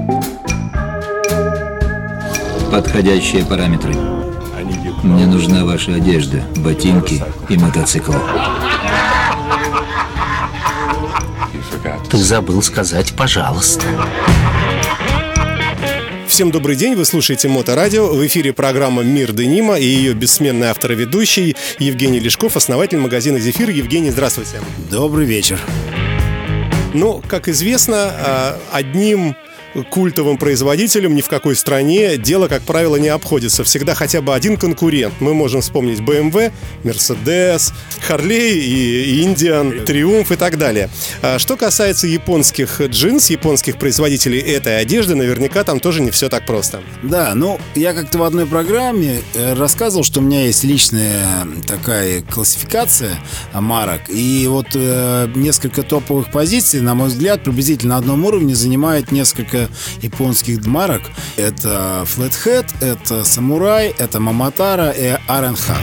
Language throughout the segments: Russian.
Подходящие параметры. Мне нужна ваша одежда, ботинки и мотоцикл. Ты забыл сказать «пожалуйста». Всем добрый день, вы слушаете Моторадио. В эфире программа «Мир Денима» и ее бессменный автор и ведущий Евгений Лешков, основатель магазина «Зефир». Евгений, здравствуйте. Добрый вечер. Ну, как известно, одним культовым производителем ни в какой стране дело, как правило, не обходится. Всегда хотя бы один конкурент. Мы можем вспомнить BMW, Mercedes, Harley и Indian, Triumph и так далее. Что касается японских джинс, японских производителей этой одежды, наверняка там тоже не все так просто. Да, я как-то в одной программе рассказывал, что у меня есть личная такая классификация марок. И вот несколько топовых позиций, на мой взгляд, приблизительно на одном уровне занимает несколько японских марок. Это Flathead, это Samurai, это Momotaro и Ironhand.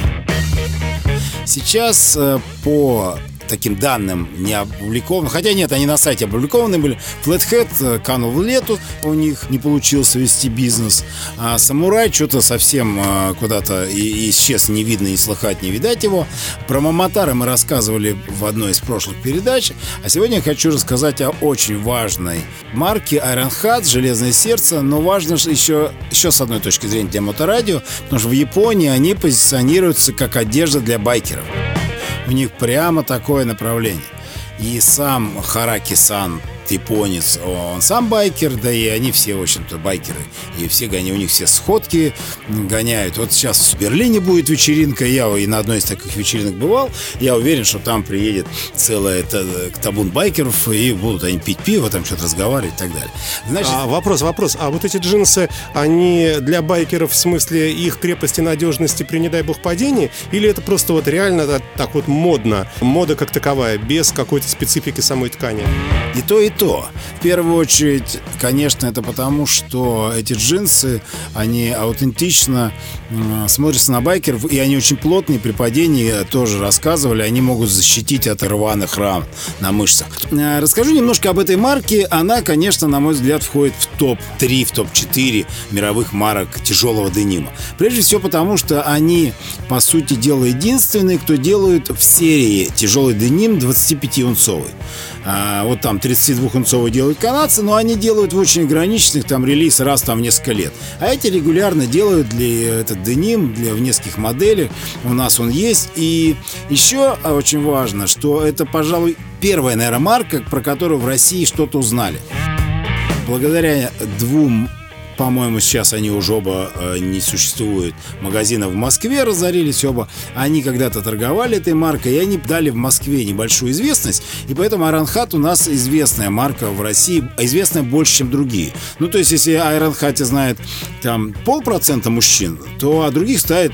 Сейчас по таким данным не опубликованы, хотя нет, они на сайте опубликованы были. Flathead канул в лету, у них не получилось вести бизнес, а Samurai что-то совсем куда-то исчез, не видно, не слыхать, не видать его. Про Momotaro мы рассказывали в одной из прошлых передач, а сегодня я хочу рассказать о очень важной марке Ironhand, Железное сердце, но важно еще с одной точки зрения для моторадио, потому что в Японии они позиционируются как одежда для байкеров. У них прямо такое направление. И сам Хараки-сан, японец, он сам байкер, да и они все, в общем-то, байкеры. И все гоняют, у них все сходки гоняют. Вот сейчас в Берлине будет вечеринка, я и на одной из таких вечеринок бывал. Я уверен, что там приедет целый табун байкеров, и будут они пить пиво, там что-то разговаривать и так далее. Значит, вопрос. А вот эти джинсы, они для байкеров в смысле их крепости, надежности при, не дай бог, падении? Или это просто вот реально так вот модно? Мода как таковая, без какой-то специфики самой ткани? И то, и то. В первую очередь, конечно, это потому, что эти джинсы, они аутентично смотрятся на байкеров, и они очень плотные, при падении, тоже рассказывали, они могут защитить от рваных ран на мышцах. Расскажу немножко об этой марке. Она, конечно, на мой взгляд, входит в топ-3, в топ-4 мировых марок тяжелого денима. Прежде всего потому, что они, по сути дела, единственные, кто делают в серии тяжелый деним 25-унцовый. Вот там 32-унцовый делают канадцы, но они делают в очень ограниченных там релиз раз там в несколько лет. А эти регулярно делают для этот деним в нескольких моделях. У нас он есть. И еще очень важно, что это, пожалуй, первая, наверное, марка, про которую в России что-то узнали. Благодаря двум, по-моему, сейчас они уже оба не существуют, магазина в Москве разорились оба. Они когда-то торговали этой маркой, и они дали в Москве небольшую известность. И поэтому Ironhand у нас известная марка в России, известная больше, чем другие. Ну, то есть, если о Ironhand знает там 0,5% мужчин, то о других знает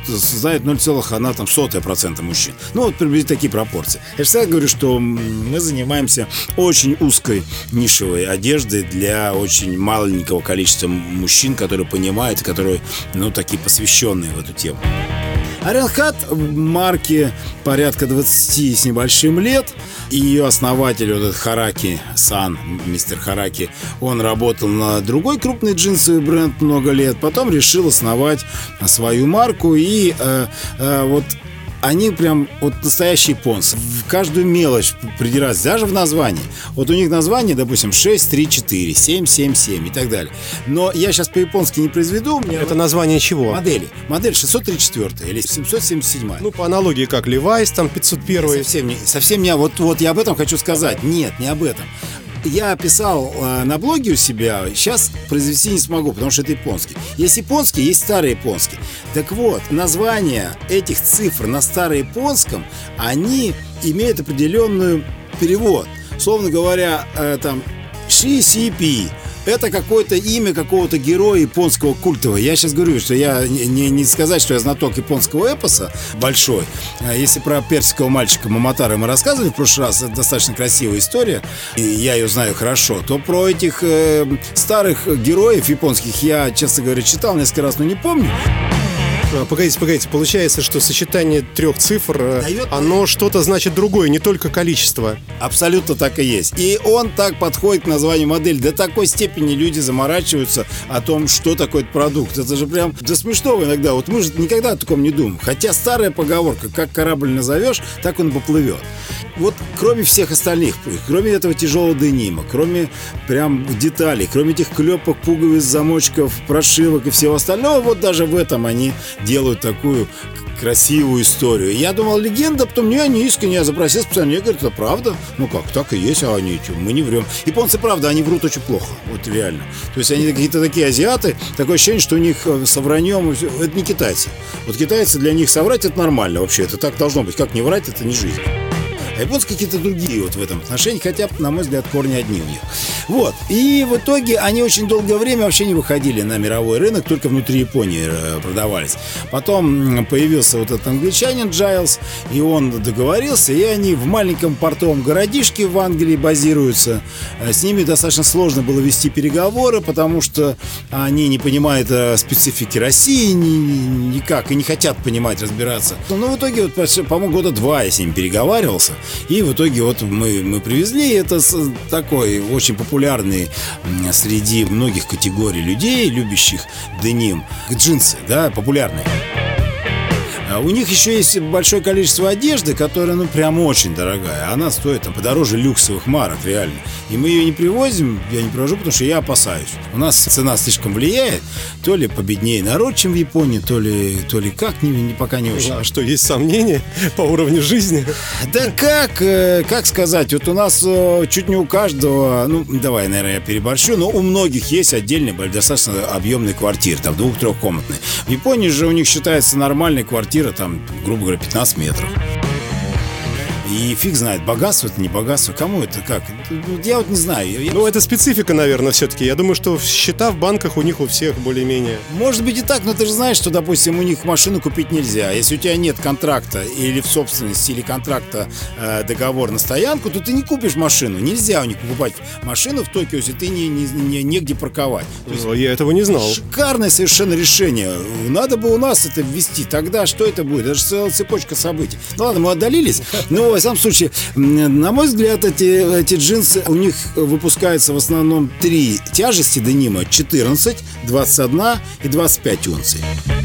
0,01% мужчин. Ну, вот приблизительно такие пропорции. Я всегда говорю, что мы занимаемся очень узкой нишевой одеждой для очень маленького количества мужчин, которые понимают, которые, такие посвященные в эту тему. Ironhand марке порядка 20 с небольшим лет. И ее основатель, вот этот Хараки-сан, мистер Хараки, он работал на другой крупный джинсовый бренд много лет. Потом решил основать свою марку. И вот они прям вот настоящие японцы. В каждую мелочь придираются, даже в названии. Вот у них название, допустим, 634, 777 и так далее. Но я сейчас по-японски не произведу. Это название чего? Модели. Модель 634 или 777. Ну, по аналогии, как Levi's, там 501. Совсем не. Вот я об этом хочу сказать. Нет, не об этом. Я писал на блоге у себя, сейчас произвести не смогу, потому что это японский. Есть японский, есть старояпонский. Так вот, названия этих цифр на старояпонском, они имеют определенный перевод. Словно говоря, там CCP. Это какое-то имя какого-то героя японского культового. Я сейчас говорю, что я не сказать, что я знаток японского эпоса большой. Если про персикового мальчика Момотаро мы рассказывали в прошлый раз, это достаточно красивая история, и я ее знаю хорошо, то про этих старых героев японских я, честно говоря, читал несколько раз, но не помню. Погодите, получается, что сочетание 3 цифр, оно что-то значит другое, не только количество. Абсолютно так и есть. И он так подходит к названию модели. До такой степени люди заморачиваются о том, что такое этот продукт. Это же прям до смешного иногда. Вот мы же никогда о таком не думаем. Хотя старая поговорка: как корабль назовешь, так он поплывет. Вот кроме всех остальных, кроме этого тяжелого денима, кроме прям деталей, кроме этих клепок, пуговиц, замочков, прошивок и всего остального, вот даже в этом они делают такую красивую историю. Я думал, легенда, потом они искренне, я запросил специально, я говорю, это правда? Ну как, так и есть, а они, мы не врем. Японцы, правда, они врут очень плохо, вот реально. То есть они какие-то такие азиаты, такое ощущение, что у них со враньем, это не китайцы. Вот китайцы, для них соврать это нормально вообще, это так должно быть, как не врать, это не жизнь. А японцы какие-то другие вот в этом отношении, хотя, на мой взгляд, корни одни у них. Вот. И в итоге они очень долгое время вообще не выходили на мировой рынок, только внутри Японии продавались. Потом появился вот этот англичанин Джайлз, и он договорился, и они в маленьком портовом городишке в Англии базируются. С ними достаточно сложно было вести переговоры, потому что они не понимают специфики России никак и не хотят понимать, разбираться. Но в итоге, вот, по-моему, года 2 я с ними переговаривался. И в итоге вот мы привезли, это такой очень популярный среди многих категорий людей, любящих деним, джинсы, да, популярные. У них еще есть большое количество одежды, которая, прям очень дорогая. Она стоит подороже люксовых марок, реально. И мы ее не привозим, я не привожу, потому что я опасаюсь. У нас цена слишком влияет. То ли победнее народ, чем в Японии, то ли как, пока не очень. А что, есть сомнения по уровню жизни? Да как сказать, вот у нас чуть не у каждого, давай, наверное, я переборщу, но у многих есть отдельные, достаточно объемные квартиры, там 2-3-комнатные. В Японии же у них считается нормальной квартира, там, грубо говоря, 15 метров. И фиг знает, богатство это не богатство. Кому это как? Я вот не знаю. Это специфика, наверное, все-таки. Я думаю, что счета в банках у них у всех более-менее. Может быть и так, но ты же знаешь, что, допустим, у них машину купить нельзя. Если у тебя нет контракта или в собственности, или контракта договор на стоянку, то ты не купишь машину. Нельзя у них покупать машину в Токио, если ты негде парковать. Я этого не знал. Шикарное совершенно решение. Надо бы у нас это ввести. Тогда что это будет? Это же целая цепочка событий. Ну ладно, мы отдалились, но в самом случае, на мой взгляд, эти джинсы, у них выпускаются в основном 3 тяжести денима: 14, 21 и 25 унций.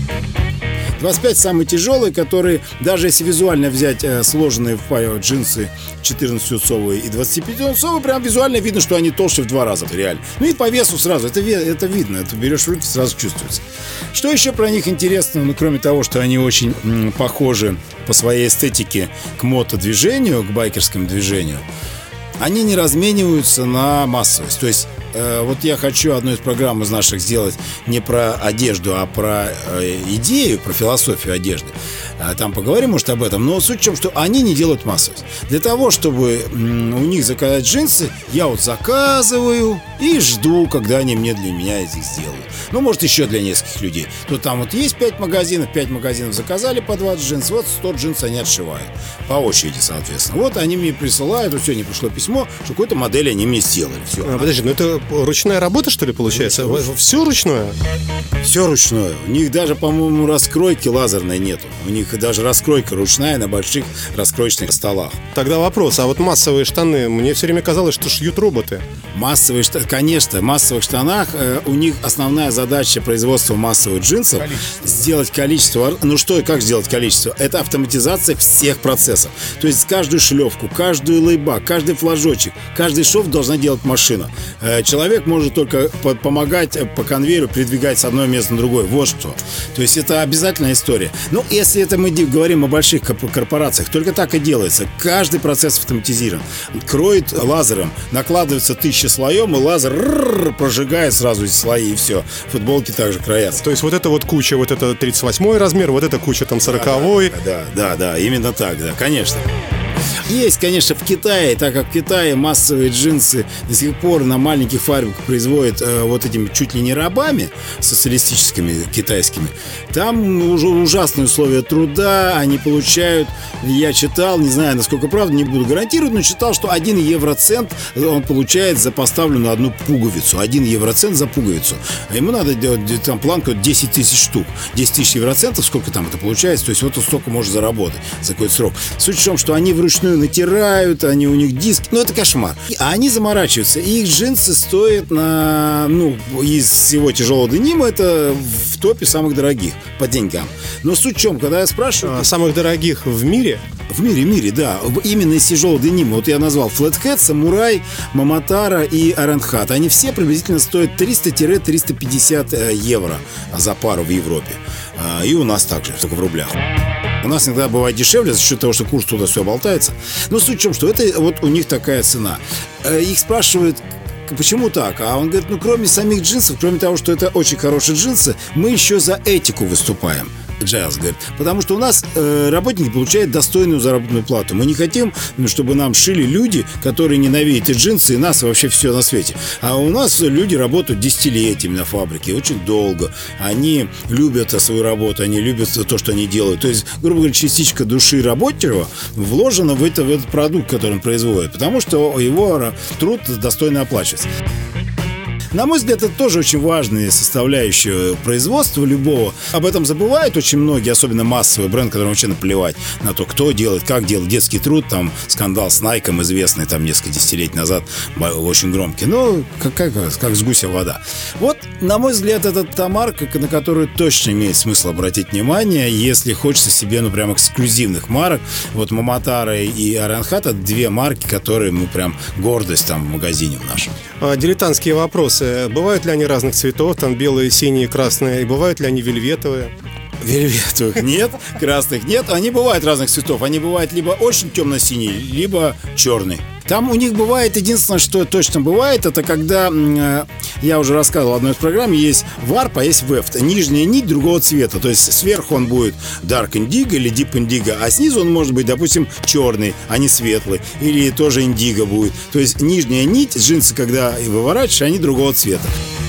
25 самые тяжелые, которые, даже если визуально взять сложенные в паре джинсы 14-унцовые и 25-унцовые, прям визуально видно, что они толще в 2 раза, реально. И по весу сразу, это видно, это берешь в руки, сразу чувствуется. Что еще про них интересно, кроме того, что они очень похожи по своей эстетике к мотодвижению, к байкерскому движению, они не размениваются на массовость. То есть вот я хочу одну из программ из наших сделать не про одежду, а про идею, про философию одежды. Там поговорим, может, об этом. Но суть в чем, что они не делают массовость. Для того, чтобы у них заказать джинсы, я вот заказываю и жду, когда они для меня их сделают. Может, еще для нескольких людей. То там вот есть 5 магазинов заказали по 20 джинс, вот 100 джинс они отшивают. По очереди, соответственно. Вот они мне присылают, вот сегодня пришло письмо, что какую-то модель они мне сделали. Все. Подожди, это ручная работа, что ли, получается? Все ручное? Все ручное. У них даже, по-моему, раскройки лазерной нету. У них даже раскройка ручная на больших раскроечных столах. Тогда вопрос, а вот массовые штаны, мне все время казалось, что шьют роботы. Массовые штаны, конечно, в массовых штанах у них основная задача производства массовых джинсов сделать количество. Как сделать количество? Это автоматизация всех процессов. То есть каждую шлевку, каждую лейбак, каждый флажочек, каждый шов должна делать машина. Человек может только помогать по конвейеру передвигать с одного места на другое. Вот что. То есть это обязательная история. Если это мы говорим о больших корпорациях, только так и делается. Каждый процесс автоматизирован. Кроет лазером, накладывается 1000 слоем, и лазер прожигает сразу эти слои, и все. Футболки также краятся. То есть вот эта вот куча, вот это 38-й размер, вот эта куча там 40-й. Да, именно так, да, конечно. Есть, конечно, в Китае, так как в Китае массовые джинсы до сих пор на маленьких фабриках производят вот этими чуть ли не рабами социалистическими китайскими. Там уже ужасные условия труда, они получают, я читал, не знаю, насколько правда, не буду гарантировать, но читал, что 1 евроцент он получает за поставленную одну пуговицу. 1 евроцент за пуговицу. А ему надо делать там планку 10 тысяч штук. 10 тысяч евроцентов, сколько там это получается, то есть вот столько может заработать за какой-то срок. Суть в том, что они вручную натирают, они у них диски, ну это кошмар. А они заморачиваются, и их джинсы стоят из всего тяжелого денима, это в топе самых дорогих по деньгам. Но суть в чем, когда я спрашиваю... Самых дорогих в мире? В мире, да. Именно из тяжелого денима. Вот я назвал Flathead, Samurai, Momotaro и Iron Hat. Они все приблизительно стоят 300-350 евро за пару в Европе. И у нас также, только в рублях. У нас иногда бывает дешевле за счет того, что курс туда все болтается. Но суть в чем, что это вот у них такая цена. Их спрашивают, почему так? А он говорит, кроме самих джинсов, кроме того, что это очень хорошие джинсы, мы еще за этику выступаем. Giles говорит, потому что у нас работники получают достойную заработную плату. Мы не хотим, чтобы нам шили люди, которые ненавидят и джинсы, и нас, и вообще все на свете. А у нас люди работают десятилетиями на фабрике, очень долго. Они любят свою работу, они любят то, что они делают. То есть, грубо говоря, частичка души рабочего вложена в этот продукт, который он производит, потому что его труд достойно оплачивается. На мой взгляд, это тоже очень важная составляющая производства любого. Об этом забывают очень многие, особенно массовый бренд, которому вообще наплевать на то, кто делает, как делает. Детский труд, там скандал с Найком известный там несколько десятилетий назад, очень громкий. Ну, как с гуся вода. Вот, на мой взгляд, это та марка, на которую точно имеет смысл обратить внимание, если хочется себе, прям эксклюзивных марок. Вот Momotaro и Iron Hat — это 2 марки, которые, прям гордость там в магазине в нашем. Дилетантские вопросы. Бывают ли они разных цветов, там белые, синие, красные, и бывают ли они вельветовые? Вельветовых нет, красных нет. Они бывают разных цветов. Они бывают либо очень темно-синий, либо черный. Там у них бывает, единственное, что точно бывает, это когда, я уже рассказывал в одной из программ, есть варп, а есть вефт. Нижняя нить другого цвета. То есть сверху он будет dark indigo или deep indigo, а снизу он может быть, допустим, черный, а не светлый. Или тоже индиго будет. То есть нижняя нить, джинсы, когда выворачиваешь, они другого цвета.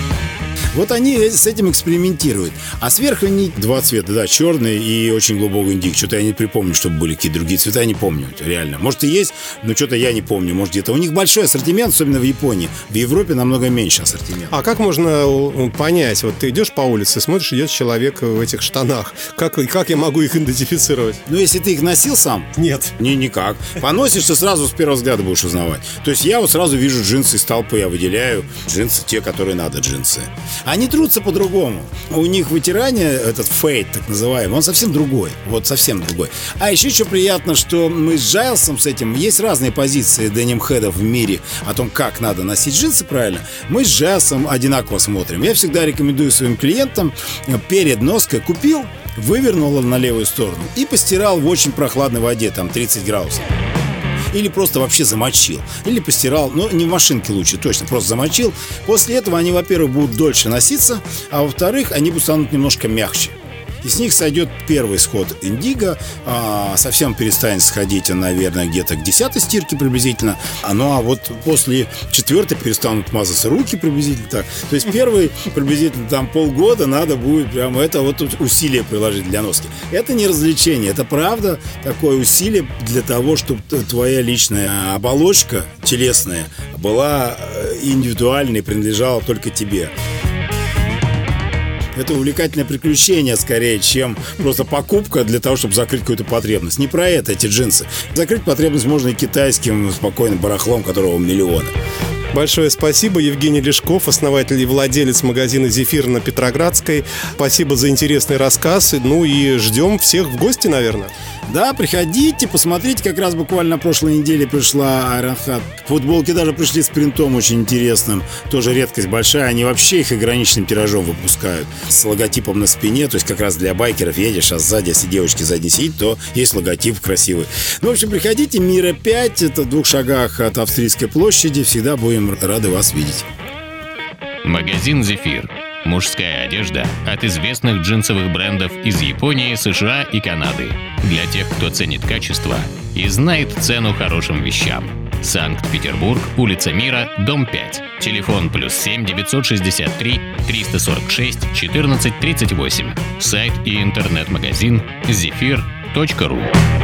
Вот они с этим экспериментируют. А сверху нить 2 цвета, да, черный и очень глубокий индиго. Что-то я не припомню, чтобы были какие-то другие цвета, я не помню, реально. Может и есть, но что-то я не помню. Может где-то. У них большой ассортимент, особенно в Японии. В Европе намного меньше ассортимент. А как можно понять? Вот ты идешь по улице, смотришь, идет человек в этих штанах. Как я могу их идентифицировать? Ну, если ты их носил сам? Нет. Никак. Поносишь, ты сразу с первого взгляда будешь узнавать. То есть я вот сразу вижу джинсы из толпы, я выделяю джинсы, те, которые надо джинсы. Они трутся по-другому. У них вытирание, этот фейд, так называемый, он совсем другой. Вот совсем другой. А еще что приятно, что мы с Джайлсом с этим, есть разные позиции деним-хедов в мире о том, как надо носить джинсы правильно. Мы с Джайлсом одинаково смотрим. Я всегда рекомендую своим клиентам перед ноской купил, вывернул на левую сторону и постирал в очень прохладной воде, там 30 градусов. Или просто вообще замочил. Или постирал, не в машинке лучше, точно, просто замочил. После этого они, во-первых, будут дольше носиться, а во-вторых, они станут немножко мягче. И с них сойдет первый сход индиго, совсем перестанет сходить, наверное, где-то к 10-й стирке приблизительно. А вот после 4-й перестанут мазаться руки приблизительно так. То есть первый приблизительно там полгода надо будет прям это вот усилие приложить для носки. Это не развлечение, это правда такое усилие для того, чтобы твоя личная оболочка телесная была индивидуальной и принадлежала только тебе. Это увлекательное приключение скорее, чем просто покупка для того, чтобы закрыть какую-то потребность. Не про это эти джинсы. Закрыть потребность можно и китайским спокойным барахлом, которого миллионы. Большое спасибо. Евгений Лешков, основатель и владелец магазина «Зефир» на Петроградской. Спасибо за интересный рассказ. И ждем всех в гости, наверное. Да, приходите, посмотрите. Как раз буквально на прошлой неделе пришла Iron Hat. Футболки даже пришли с принтом очень интересным. Тоже редкость большая. Они вообще их ограниченным тиражом выпускают. С логотипом на спине. То есть как раз для байкеров едешь, а сзади, если девочки сзади сидит, то есть логотип красивый. В общем, приходите. Мира 5. Это в 2 шагах от Австрийской площади. Всегда будем рады вас видеть. Магазин «Зефир». Мужская одежда от известных джинсовых брендов из Японии, США и Канады. Для тех, кто ценит качество и знает цену хорошим вещам. Санкт-Петербург, улица Мира, дом 5. Телефон +7 963 346 14 38. Сайт и интернет-магазин zefir.ru.